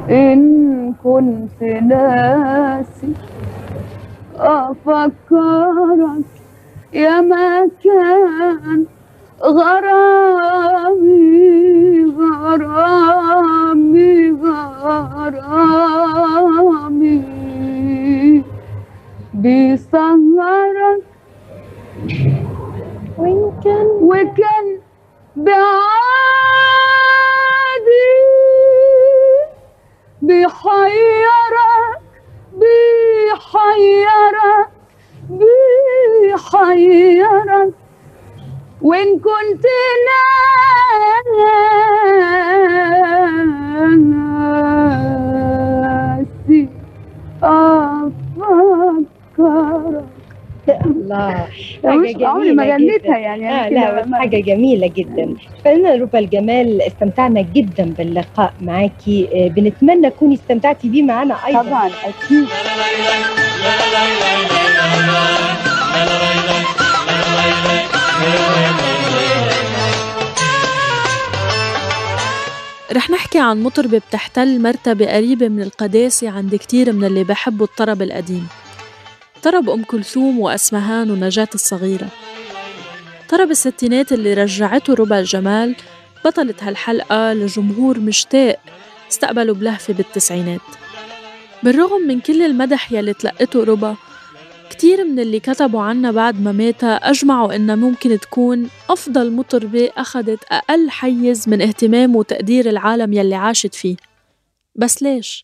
إن كنت ناسي أفكرك يا مكان غرامي غرامي غرامي بيسهرك وكان بعادي بيحيرك بيحيرك بيحيرك وإن كنت ناسي أفكرك. الله، مش عمري ما غنيتها يعني لا بس حاجة جميلة جدا. فأنا ربى الجمال استمتعنا جدا باللقاء معاكي، بنتمنى تكوني استمتعتي بيه معنا أيضا. طبعا أكيد. رح نحكي عن مطربة بتحتل مرتبة قريبة من القداسة عند كتير من اللي بحبوا الطرب القديم، طرب أم كلثوم وأسمهان ونجاة الصغيرة. طرب الستينات اللي رجعته ربى الجمال بطلة هالحلقة لجمهور مشتاق استقبلوا بلهفة بالتسعينات. بالرغم من كل المدح يلي تلقته ربى، كتير من اللي كتبوا عنها بعد ما ماتها أجمعوا إنها ممكن تكون أفضل مطربة أخذت أقل حيز من اهتمام وتقدير العالم يلي عاشت فيه. بس ليش؟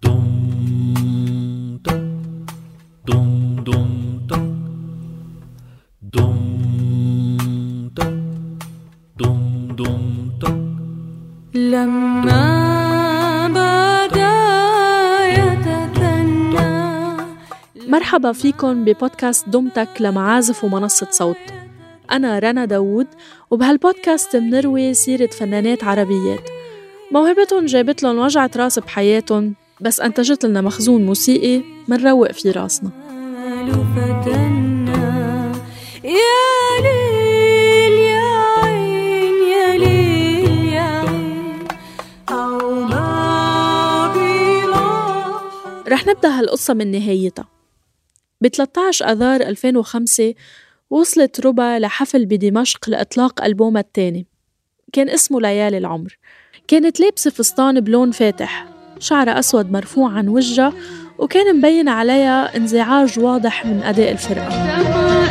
مرحبا فيكن ببودكاست دمتك لمعازف ومنصة صوت. أنا رنا داوود، وبهالبودكاست منروي سيرة فنانات عربيات موهبتهم جابت لهم وجعة راس بحياتهم، بس أنتجت لنا مخزون موسيقي منروق في راسنا. رح نبدأ هالقصة من نهايتها. ب 13 آذار 2005 وصلت ربى لحفل بدمشق لإطلاق ألبومها الثاني، كان اسمه ليالي العمر. كانت لابسة فستان بلون فاتح، شعرها أسود مرفوع عن وجهها، وكان مبين عليها انزعاج واضح من أداء الفرقة.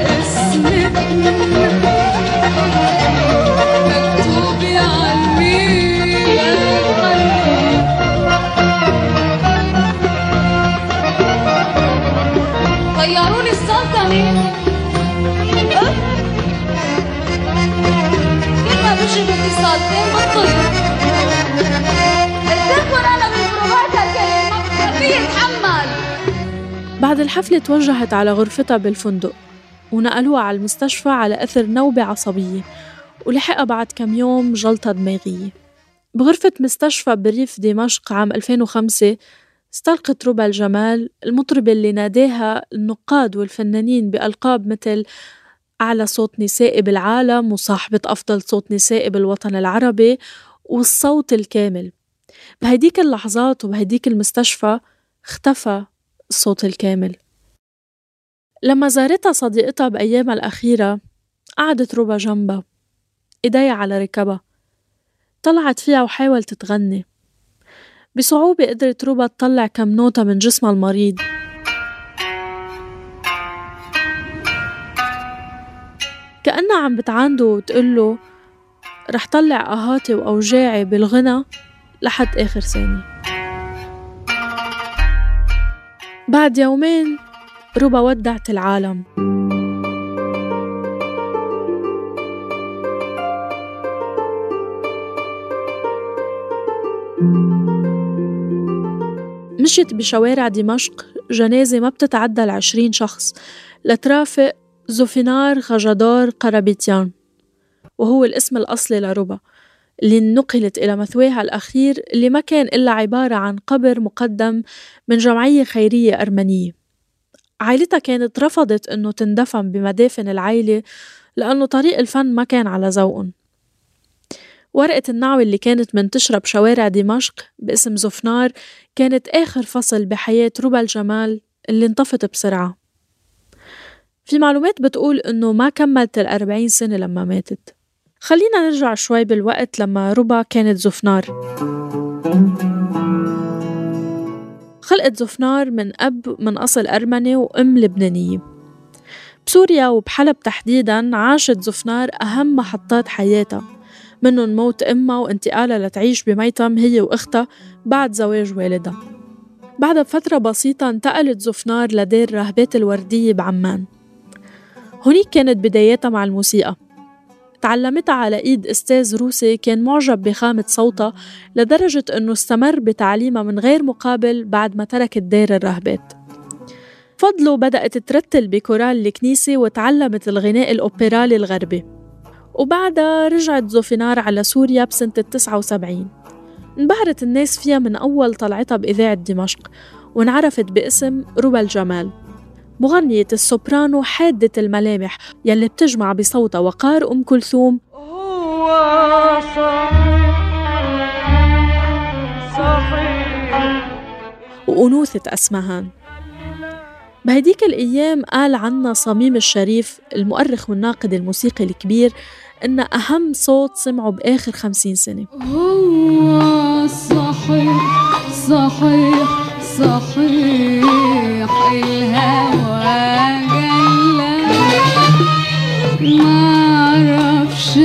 غيروني السلطنة كيف ما بشبك السلطين بالطير الذكر أنا بالبروفات هالكلمة ما في يتحمل. بعد الحفلة توجهت على غرفتها بالفندق ونقلوها على المستشفى على أثر نوبة عصبية، ولحقها بعد كم يوم جلطة دماغية. بغرفة مستشفى بريف دمشق عام 2005 استلقت ربى الجمال، المطربة اللي ناداها النقاد والفنانين بألقاب مثل أعلى صوت نسائي بالعالم وصاحبة أفضل صوت نسائي بالوطن العربي والصوت الكامل. بهديك اللحظات وبهديك المستشفى اختفى الصوت الكامل. لما زارتها صديقتها بأيامها الأخيرة قعدت ربى جنبها، إيديها على ركبها، طلعت فيها وحاولت تغني. بصعوبة قدرت ربى تطلع كم نوتة من جسمها المريض. كأنها عم بتعانده وتقوله رح طلع آهاتي وأوجاعي بالغنى لحد آخر ثانية. بعد يومين ربى ودعت العالم. مشيت بشوارع دمشق جنازة ما بتتعدى 20 شخص لترافق زوفينار غجدار قرابيتيان، وهو الاسم الأصلي لربى اللي نقلت إلى مثواها الأخير، اللي ما كان إلا عبارة عن قبر مقدم من جمعية خيرية أرمنية. عائلتها كانت رفضت إنه تندفن بمدافن العائلة لأنه طريق الفن ما كان على ذوقهم. ورقة النعوي اللي كانت منتشرة بشوارع دمشق باسم زفنار كانت آخر فصل بحياة ربى الجمال اللي انطفت بسرعة. في معلومات بتقول إنه ما كملت 40 سنة لما ماتت. خلينا نرجع شوي بالوقت لما ربى كانت زفنار. خلقت زفنار من أب من أصل أرمني وأم لبنانية. بسوريا وبحلب تحديداً عاشت زفنار أهم محطات حياتها، منهم موت أمها وانتقالها لتعيش بميتم هي وأختها بعد زواج والدها. بعد فترة بسيطة انتقلت زفنار لدير راهبات الوردية بعمان. هونيك كانت بداياتها مع الموسيقى. تعلمتها على إيد أستاذ روسي كان معجب بخامة صوتها لدرجة أنه استمر بتعليمها من غير مقابل بعد ما تركت دير الراهبات. فضله بدأت ترتل بكورال الكنيسة وتعلمت الغناء الأوبرالي الغربي. وبعدها رجعت زفنار على سوريا بسنة 79. انبهرت الناس فيها من أول طلعتها بإذاعة دمشق، وانعرفت باسم ربى الجمال، مغنية السوبرانو حادة الملامح يلي بتجمع بصوتها وقار أم كلثوم وأنوثة أسمهان. بهديك الأيام قال عنا صميم الشريف المؤرخ والناقد الموسيقي الكبير إن أهم صوت سمعه بآخر 50 سنة. هو صحيح صحيح صحيح الهوى جلى معرفش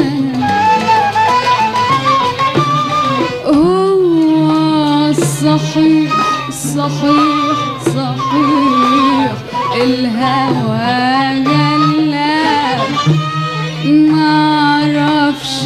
هو صحيح صحيح صحيح الهوى جلى معرفش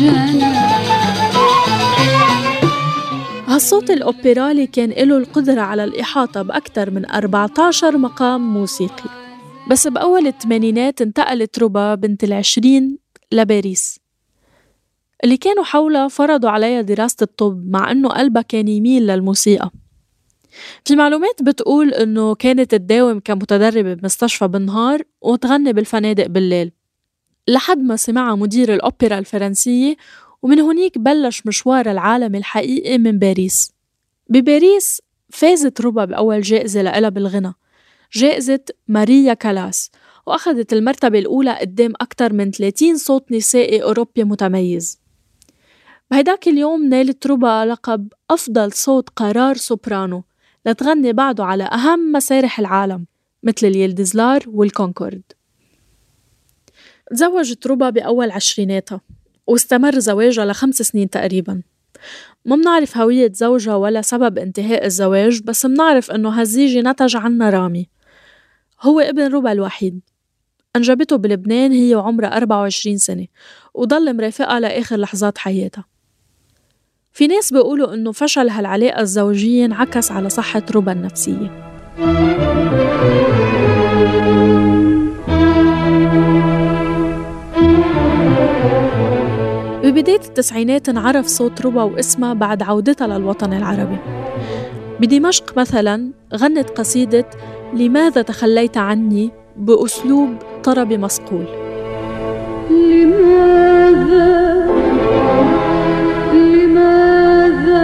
هالصوت الأوبرالي كان له القدرة على الإحاطة بأكثر من 14 مقام موسيقي. بس بأول الثمانينات انتقلت ربى بنت 20 لباريس. اللي كانوا حولها فرضوا عليها دراسة الطب مع أنه قلبها كان يميل للموسيقى. في معلومات بتقول أنه كانت تداوم كمتدربة بمستشفى بالنهار وتغني بالفنادق بالليل، لحد ما سمعها مدير الأوبرا الفرنسية، ومن هونيك بلش مشوار العالم الحقيقي من باريس. بباريس فازت ربى بأول جائزة لها بالغنى، جائزة ماريا كالاس، وأخذت المرتبة الأولى قدام أكثر من 30 صوت نسائي أوروبي متميز. بهداك اليوم نالت ربى لقب أفضل صوت قرار سوبرانو لتغني بعده على أهم مسارح العالم مثل اليلدزلار والكونكورد. تزوجت ربى بأول عشريناتها واستمر زواجها ل5 سنين تقريباً. ما منعرف هوية زوجها ولا سبب انتهاء الزواج، بس منعرف أنه هالزيج نتج عنها رامي، هو ابن ربى الوحيد. أنجبته بلبنان هي وعمرها 24 سنة، وضل مرافقها لآخر لحظات حياتها. في ناس بيقولوا أنه فشل هالعلاقة الزوجية انعكس على صحة ربى النفسية. ببداية التسعينات انعرف صوت ربى واسمها بعد عودتها للوطن العربي. بدمشق مثلاً غنت قصيدة لماذا تخليت عني بأسلوب طربي مصقول. لماذا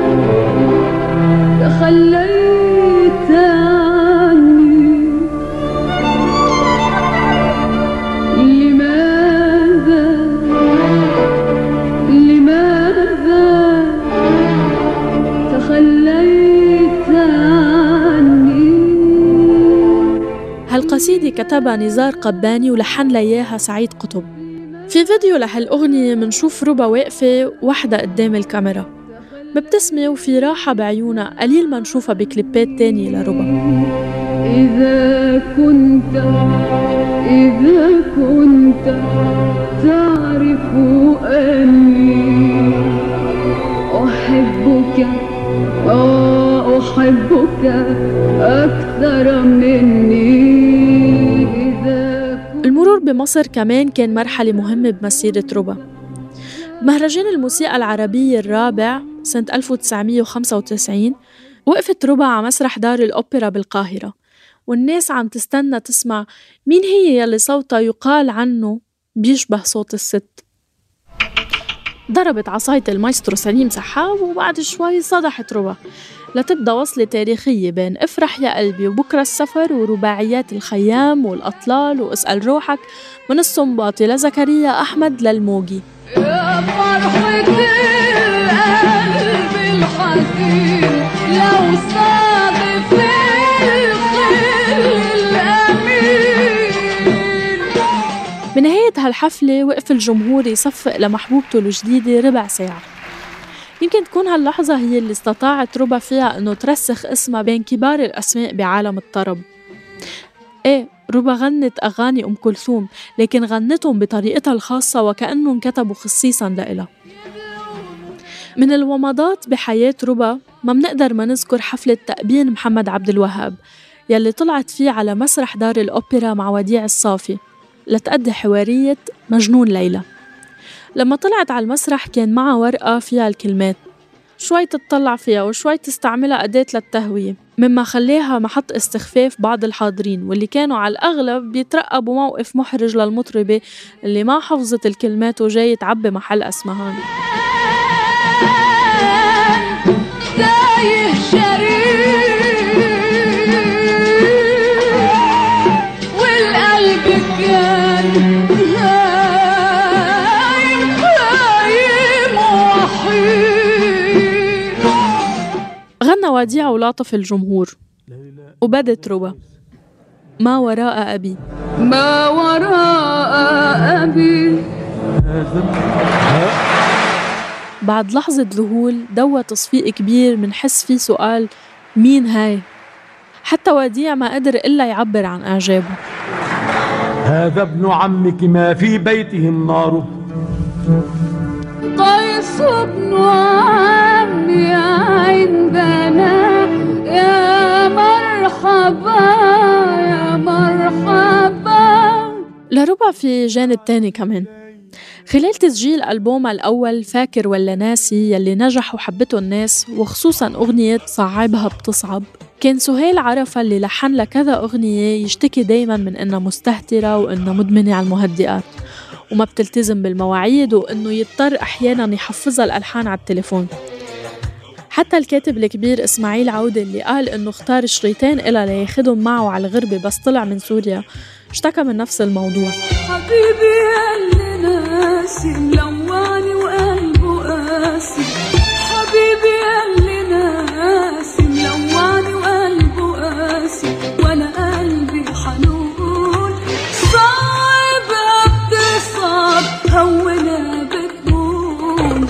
تخليت عني لماذا تخليت عني. هالقصيدة كتبها نزار قباني ولحن لياها سعيد قطب. في فيديو لهالأغنية منشوف ربى واقفة وحدة قدام الكاميرا مبتسمة وفي راحة بعيونها، قليل ما نشوفها بكليبات تانية لربى. إذا كنت تعرف أني أحبك أكثر مني. المرور بمصر كمان كان مرحلة مهمة بمسيرة ربى. بمهرجان الموسيقى العربية الرابع سنة 1995 وقفت ربى على مسرح دار الأوبرا بالقاهرة، والناس عم تستنى تسمع مين هي يلي صوتها يقال عنه بيشبه صوت الست. ضربت عصاية المايسترو سليم سحاب وبعد شوي صدحت ربا لتبدأ وصلة تاريخية بين افرح يا قلبي وبكرة السفر ورباعيات الخيام والأطلال واسأل روحك من الصنباطي لزكريا أحمد للموجي. يا فرحة القلب الحزين لو صادف بنهاية هالحفلة وقف الجمهور يصفق لمحبوبته الجديدة ربع ساعة. يمكن تكون هاللحظة هي اللي استطاعت ربا فيها أنه ترسخ اسمها بين كبار الأسماء بعالم الطرب. إيه، ربا غنت أغاني أم كلثوم، لكن غنتهم بطريقتها الخاصة وكأنهم انكتبوا خصيصاً لإلها. من الومضات بحياة ربا ما منقدر ما نذكر حفلة تأبين محمد عبد الوهاب يلي طلعت فيه على مسرح دار الأوبرا مع وديع الصافي لتأدي حوارية مجنون ليلى. لما طلعت على المسرح كان معها ورقة فيها الكلمات، شوي تتطلع فيها وشوي تستعملها أداة للتهوية، مما خليها محط استخفاف بعض الحاضرين واللي كانوا على الأغلب بيترقبوا موقف محرج للمطربة اللي ما حفظت الكلمات وجاي تعبي محل أسمهان. تايه شريك والقلب كان هايم وحيد. غنى وديع ولاطف الجمهور وبدت ربا ما وراء أبي. ما وراء أبي. بعد لحظة ذهول دوى تصفيق كبير من حس فيه سؤال مين هاي؟ حتى وديع ما قدر إلا يعبر عن إعجابه. هذا ابن عمك ما في بيته النار. قيس ابن عمي عندنا يا مرحبا يا مرحبا. لربا في جانب تاني كمان. خلال تسجيل ألبومها الأول فاكر ولا ناسي يلي نجح وحبته الناس وخصوصاً أغنية صعبها بتصعب، كان سهيل عرفة اللي لحن لكذا أغنية يشتكي دايماً من إنها مستهترة وإنها مدمنة على المهدئات وما بتلتزم بالمواعيد وإنه يضطر أحياناً يحفظها الألحان على التليفون. حتى الكاتب الكبير إسماعيل عودة اللي قال إنه اختار شريطين إلها لياخدهم معه على الغربة بس طلع من سوريا اشتكى من نفس الموضوع. حبيبي ياللي ناسي ملواني وقلبه قاسي. حبيبي ياللي ناسي ملواني وقلبه قاسي. وانا قلبي حنون صعبها بتصعب هونها بتهون.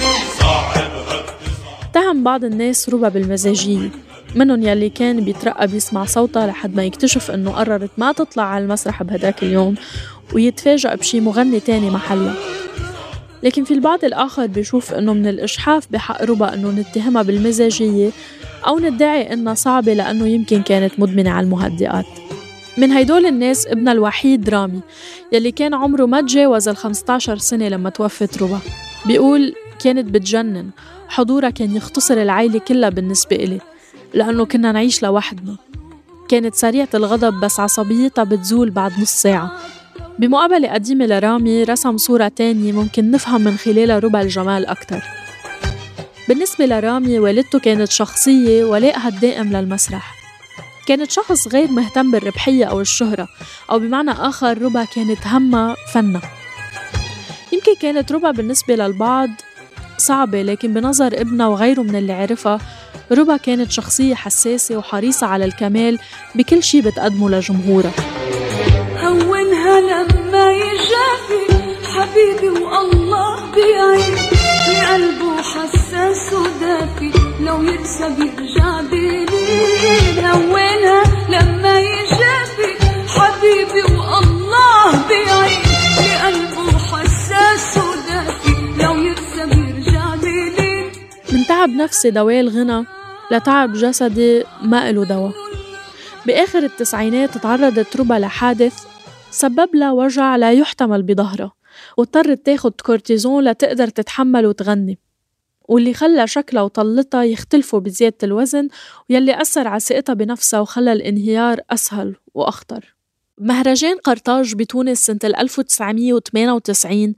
اتهم بعض الناس ربا بالمزاجية، منهم يلي كان بيترقب يسمع صوتها لحد ما يكتشف انه قررت ما تطلع على المسرح بهداك اليوم ويتفاجأ بشي مغني تاني محلها. لكن في البعض الآخر بيشوف انه من الإجحاف بحق ربا انه نتهمها بالمزاجية او ندعي انها صعبة لانه يمكن كانت مدمنة على المهدئات. من هيدول الناس ابنها الوحيد رامي يلي كان عمره ما تجاوز 15 سنة لما توفت ربا، بيقول كانت بتجنن، حضورها كان يختصر العائلة كلها بالنسبة إلي لأنه كنا نعيش لوحدنا. كانت سريعة الغضب بس عصبيتها بتزول بعد نص ساعة. بمقابلة قديمة لرامي رسم صورة تانية ممكن نفهم من خلالها ربا الجمال أكتر. بالنسبة لرامي والدته كانت شخصية ولائها الدائم للمسرح، كانت شخص غير مهتم بالربحية أو الشهرة، أو بمعنى آخر ربا كانت همها فنها. يمكن كانت ربا بالنسبة للبعض صعبة، لكن بنظر ابنها وغيره من اللي عرفها ربا كانت شخصية حساسة وحريصة على الكمال بكل شي بتقدمه لجمهورها. هونها لما يجافي حبيبي والله بيعين لقلبه حساس ودافي لو يكسب يرجع بليل. هونها لما يجافي حبيبي والله بيعين لقلبه حساس ودافي لو يكسب يرجع بليل. من تعب نفسي دواء الغنى لتعب جسدي ما إله دواء. بآخر التسعينات تعرضت ربا لحادث سبب لها وجع لا يحتمل بظهرها واضطرت تاخد كورتيزون لتقدر تتحمل وتغني، واللي خلى شكلها وطلتها يختلفوا بزيادة الوزن ويلي أثر على ثقتها بنفسها وخلى الانهيار أسهل وأخطر. مهرجان قرطاج بتونس سنة 1998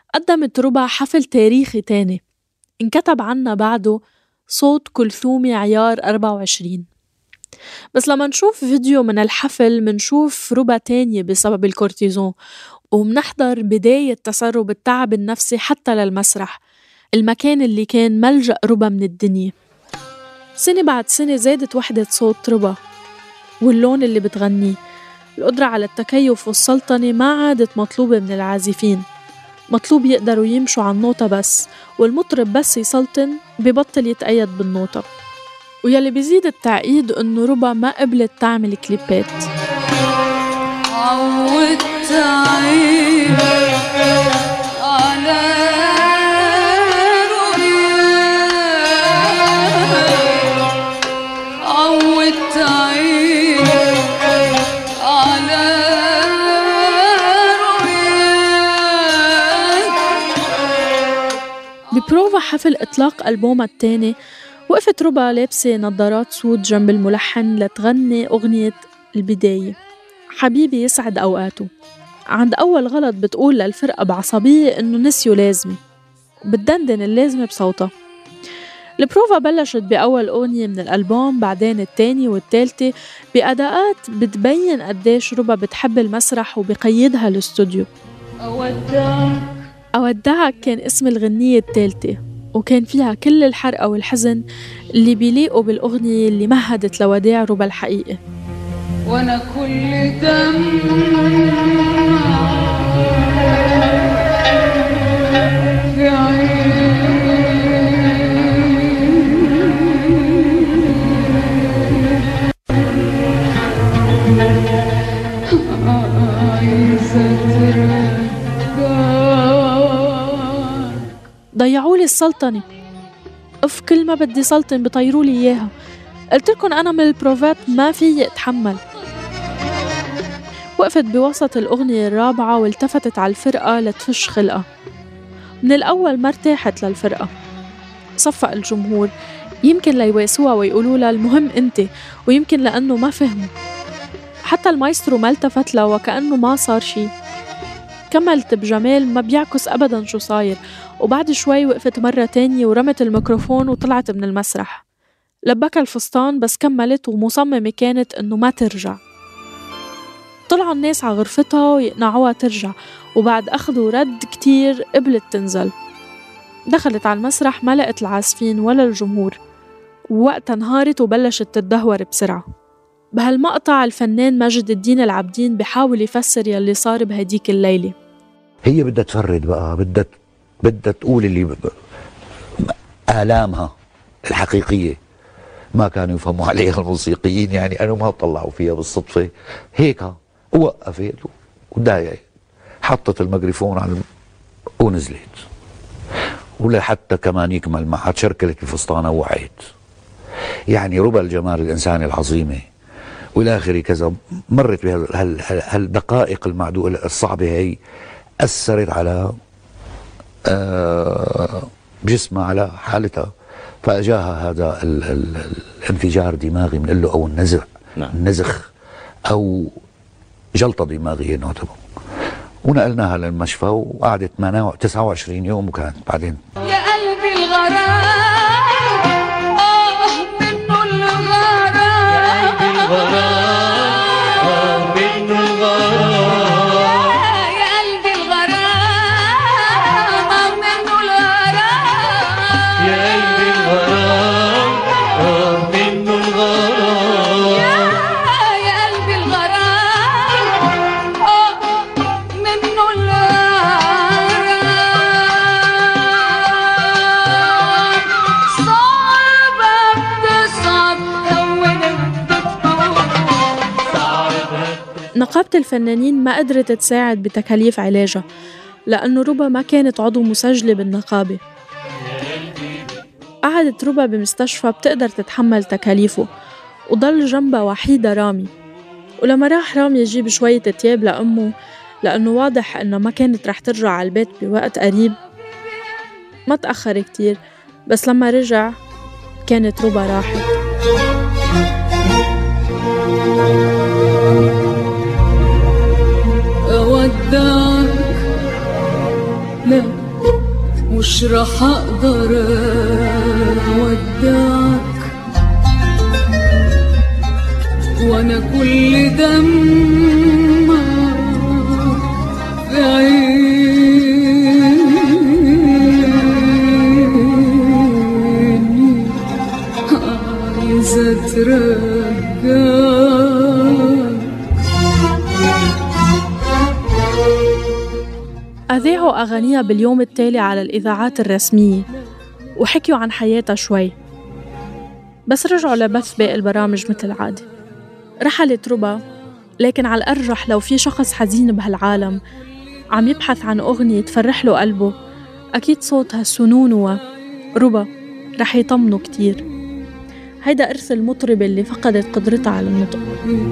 قدمت ربا حفل تاريخي تاني انكتب عنها بعده صوت كلثومي عيار 24. بس لما نشوف فيديو من الحفل منشوف ربا تانية بسبب الكورتيزون، ومنحضر بداية تسرب التعب النفسي حتى للمسرح، المكان اللي كان ملجأ ربا من الدنيا. سنة بعد سنة زادت وحدة صوت ربا واللون اللي بتغنيه. القدرة على التكيف والسلطنة ما عادت مطلوبة من العازفين، مطلوب يقدروا يمشوا على النوتة بس، والمطرب بس يسلطن ببطل يتقيد بالنوتة. ويلي بيزيد التعقيد انه ربا ما قبلت تعمل كليبات. عودت عيني على رؤياك، عودت عيني على رؤياك. ببروفا حفل إطلاق ألبومها التاني وقفت ربا لابسة نظارات سود جنب الملحن لتغني أغنية البداية حبيبي يسعد أوقاته. عند أول غلط بتقول للفرقة بعصبية إنه نسيوا لازمة، بتدندن اللازمة بصوتها. البروفا بلشت بأول أغنية من الألبوم، بعدين التاني والتالتة بأداءات بتبين قديش ربا بتحب المسرح وبقيدها الاستوديو. أودعك كان اسم الغنية التالتة، وكان فيها كل الحرقة والحزن اللي بيليقوا بالأغنية اللي مهدت لوداع ربا الحقيقي. وانا كل دم في عيني ضيعولي السلطنة، اف كل ما بدي سلطن بطيرولي اياها. قلتلكن انا من البروفات ما في اتحمل. وقفت بوسط الأغنية الرابعة والتفتت على الفرقة لتفش خلقها. من الأول ما ارتاحت للفرقة، صفق الجمهور يمكن ليواسوها ويقولوا لها المهم انت، ويمكن لأنه ما فهموا. حتى المايسترو ما التفت لها وكأنه ما صار شي. كملت بجمال ما بيعكس أبدا شو صاير، وبعد شوي وقفت مرة تانية ورمت الميكروفون وطلعت من المسرح. لبكها الفستان بس كملت ومصممة كانت إنه ما ترجع. طلعوا الناس على غرفتها ويقنعوها ترجع، وبعد أخذوا رد كتير قبلت تنزل. دخلت على المسرح ما لقت العازفين ولا الجمهور، ووقتها انهارت وبلشت تتدهور بسرعة. بهالمقطع الفنان مجد الدين العابدين بحاول يفسر يلي صار بهديك الليلة. هي بدها تفرد بقى، بدها تقول اللي آلامها الحقيقية ما كانوا يفهموا عليها الموسيقيين، يعني أنا ما طلعوا فيها بالصدفة هيك. ووقفت ودايقت، حطت الميكروفون على ونزلت، ولا حتى كمان يكمل معها تشركلت بفستانها ووعيت. يعني ربا الجمال الإنساني العظيمة والى اخره كذا مرت بهالدقائق المعدودة الصعبة هي، أثرت على جسمها على حالتها، فأجاها هذا الانفجار دماغي بنقول له، أو النزخ أو جلطة دماغية نعتبر. ونقلناها للمشفى وقعدت 29 يوم وكانت بعدين. يا قلبي الغرام منه الغرام، منه الغرام، يا قلبي الغرام منه الغرام، يا قلبي الغرام منه الغرام، يا قلبي الغرام منه الغرام. صعبة بتصعب هونت نقابة الفنانين ما قدرت تساعد بتكاليف علاجها، لأنه ربا ما كانت عضو مسجلة بالنقابة. قعدت ربا بمستشفى بتقدر تتحمل تكاليفه، وضل جنبها وحيدة رامي. ولما راح رامي يجيب شوية تياب لأمه، لأنه واضح أنه ما كانت رح ترجع على البيت بوقت قريب، ما تأخر كتير. بس لما رجع كانت ربا راحت. أودعك لا مش رح اقدر اودعك، وانا كل دمك في عيني، عايزة ترجعك. أذاعوا أغانيها باليوم التالي على الإذاعات الرسمية وحكيوا عن حياتها شوي، بس رجعوا لبث باقي البرامج مثل العادة. رحلت ربا، لكن على الأرجح لو في شخص حزين بهالعالم عم يبحث عن أغنية تفرح له قلبه، أكيد صوتها سنون ربا رح يطمنه كتير. هيدا إرث المطربة اللي فقدت قدرتها على النطق.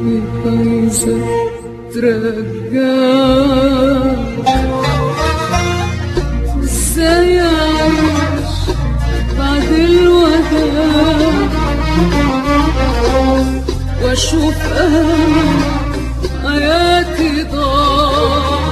ازاي اعيش بعد الوداع واشوف حياتي ضاع.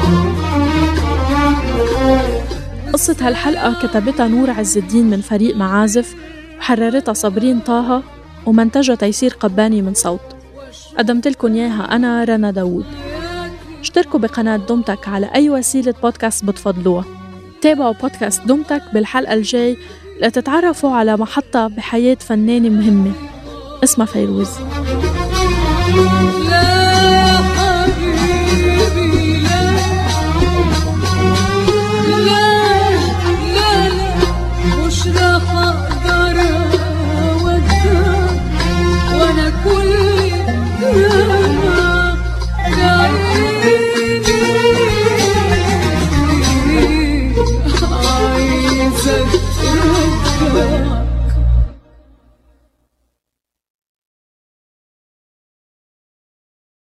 قصة هالحلقة كتبتها نور عز الدين من فريق معازف، وحررتها صابرين طه، ومنتجها تيسير قباني من صوت. قدمت لكم إياها أنا رنا داوود. اشتركوا بقناة دومتك على أي وسيلة بودكاست بتفضلوها. تابعوا بودكاست دومتك بالحلقة الجاي لتتعرفوا على محطة بحياة فنانة مهمة اسمها فيروز. لا حبيبي لا لا لا لا، مش رح اقدر اودعك، وانا كل يوم بعيني عايزة ترجعك.